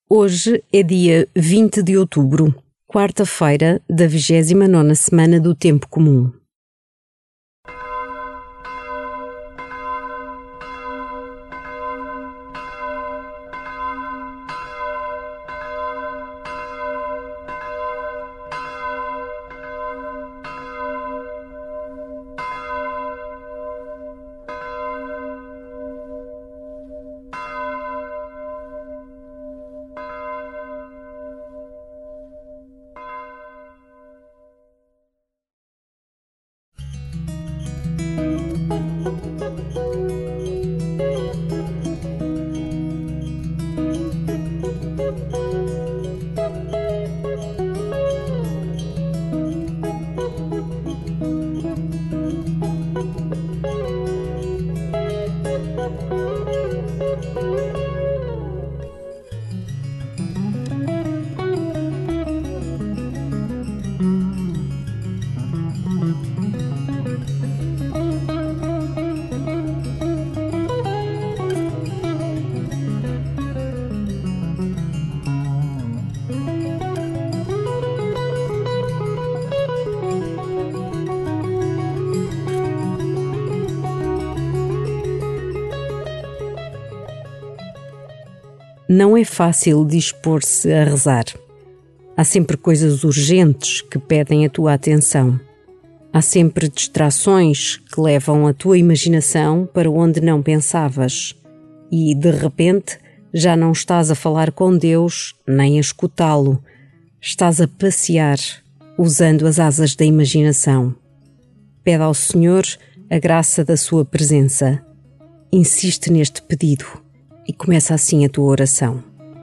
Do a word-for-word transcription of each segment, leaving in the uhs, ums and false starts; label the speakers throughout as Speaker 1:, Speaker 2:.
Speaker 1: Hoje é dia vinte de outubro, quarta-feira da vigésima nona semana do Tempo Comum. Não é fácil dispor-se a rezar. Há sempre coisas urgentes que pedem a tua atenção. Há sempre distrações que levam a tua imaginação para onde não pensavas. E, de repente, já não estás a falar com Deus nem a escutá-lo. Estás a passear, usando as asas da imaginação. Pede ao Senhor a graça da sua presença. Insiste neste pedido. E começa assim a tua oração.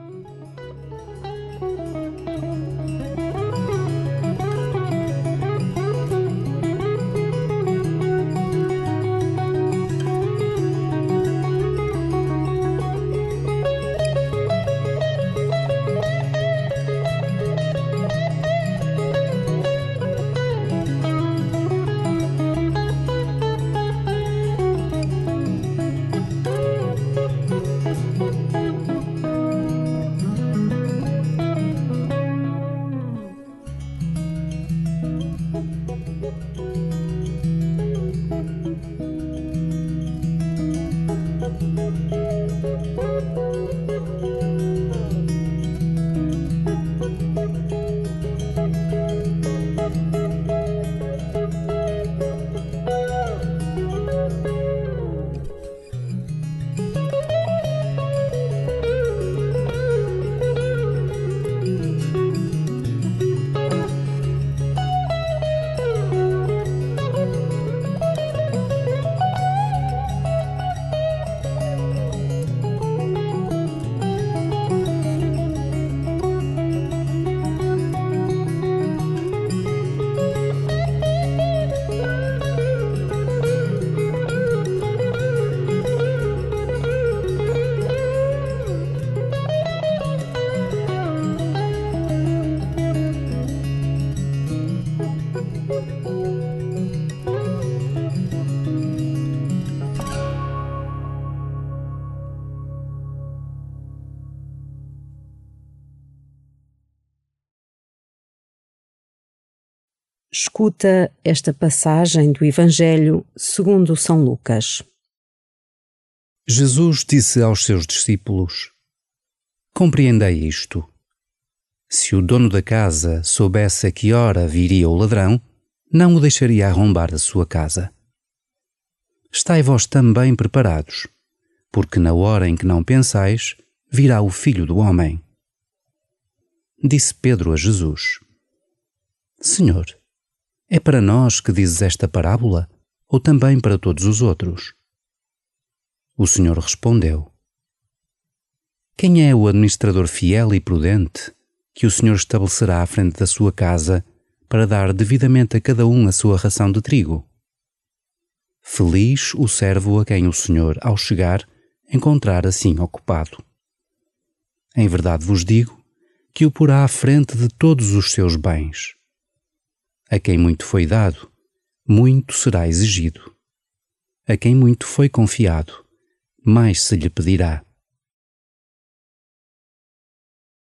Speaker 1: Escuta esta passagem do Evangelho segundo São Lucas.
Speaker 2: Jesus disse aos seus discípulos: Compreendei isto. Se o dono da casa soubesse a que hora viria o ladrão, não o deixaria arrombar a sua casa. Estai vós também preparados, porque na hora em que não pensais, virá o Filho do Homem. Disse Pedro a Jesus: Senhor, é para nós que dizes esta parábola, ou também para todos os outros? O Senhor respondeu: Quem é o administrador fiel e prudente que o Senhor estabelecerá à frente da sua casa para dar devidamente a cada um a sua ração de trigo? Feliz o servo a quem o Senhor, ao chegar, encontrar assim ocupado. Em verdade vos digo que o porá à frente de todos os seus bens. A quem muito foi dado, muito será exigido. A quem muito foi confiado, mais se lhe pedirá.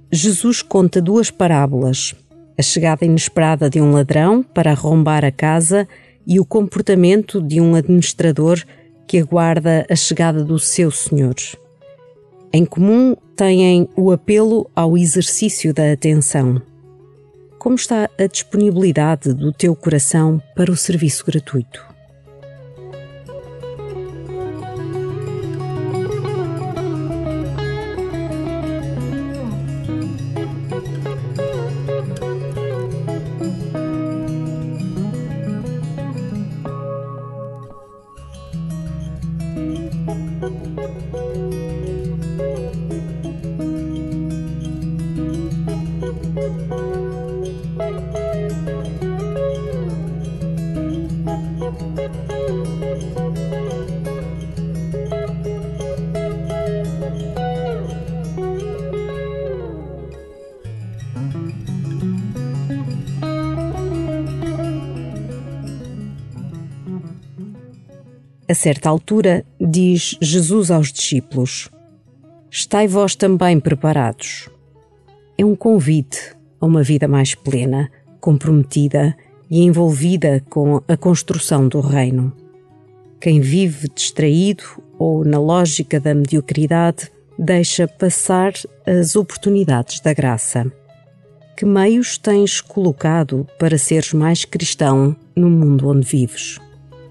Speaker 1: Jesus conta duas parábolas: a chegada inesperada de um ladrão para arrombar a casa e o comportamento de um administrador que aguarda a chegada do seu senhor. Em comum têm o apelo ao exercício da atenção. Como está a disponibilidade do teu coração para o serviço gratuito? A certa altura, diz Jesus aos discípulos: "Estai vós também preparados." É um convite a uma vida mais plena, comprometida e envolvida com a construção do reino. Quem vive distraído ou na lógica da mediocridade deixa passar as oportunidades da graça. Que meios tens colocado para seres mais cristão no mundo onde vives?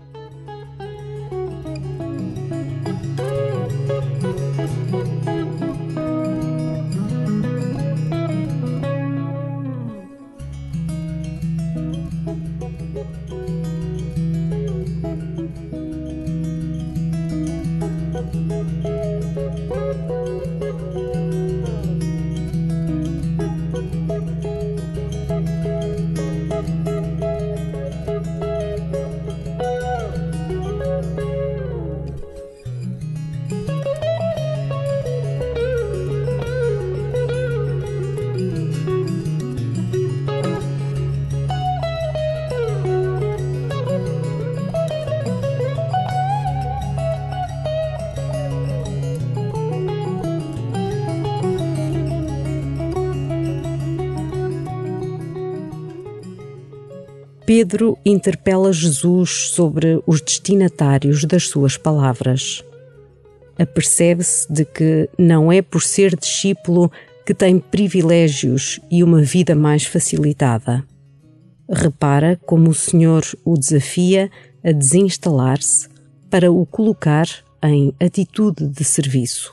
Speaker 1: Pedro interpela Jesus sobre os destinatários das suas palavras. Apercebe-se de que não é por ser discípulo que tem privilégios e uma vida mais facilitada. Repara como o Senhor o desafia a desinstalar-se para o colocar em atitude de serviço.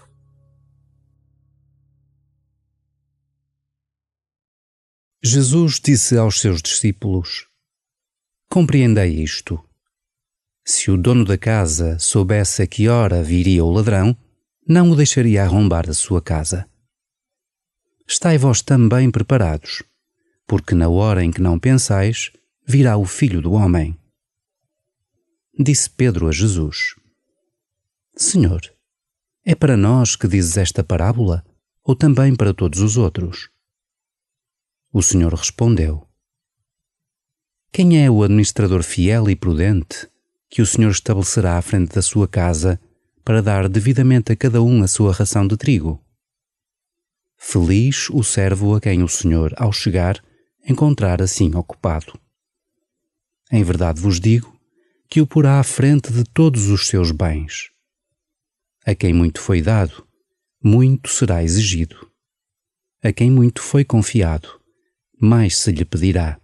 Speaker 2: Jesus disse aos seus discípulos: "Compreendei isto. Se o dono da casa soubesse a que hora viria o ladrão, não o deixaria arrombar a sua casa. Estai vós também preparados, porque na hora em que não pensais, virá o Filho do Homem." Disse Pedro a Jesus: "Senhor, é para nós que dizes esta parábola, ou também para todos os outros?" O Senhor respondeu: "Quem é o administrador fiel e prudente que o Senhor estabelecerá à frente da sua casa para dar devidamente a cada um a sua ração de trigo? Feliz o servo a quem o Senhor, ao chegar, encontrar assim ocupado. Em verdade vos digo que o porá à frente de todos os seus bens. A quem muito foi dado, muito será exigido. A quem muito foi confiado, mais se lhe pedirá."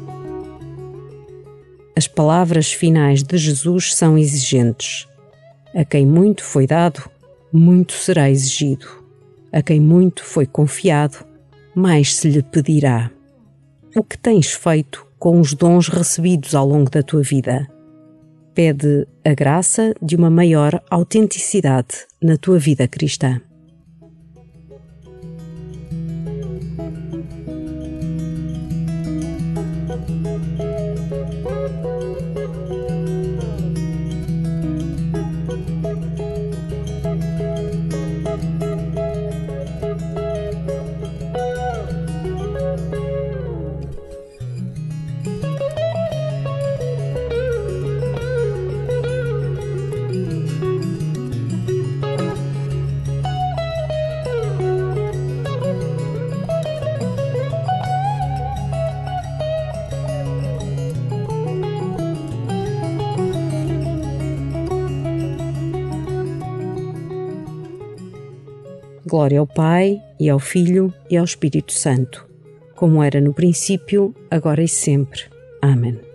Speaker 1: As palavras finais de Jesus são exigentes. A quem muito foi dado, muito será exigido. A quem muito foi confiado, mais se lhe pedirá. O que tens feito com os dons recebidos ao longo da tua vida? Pede a graça de uma maior autenticidade na tua vida cristã. Glória ao Pai, e ao Filho, e ao Espírito Santo, como era no princípio, agora e sempre. Amém.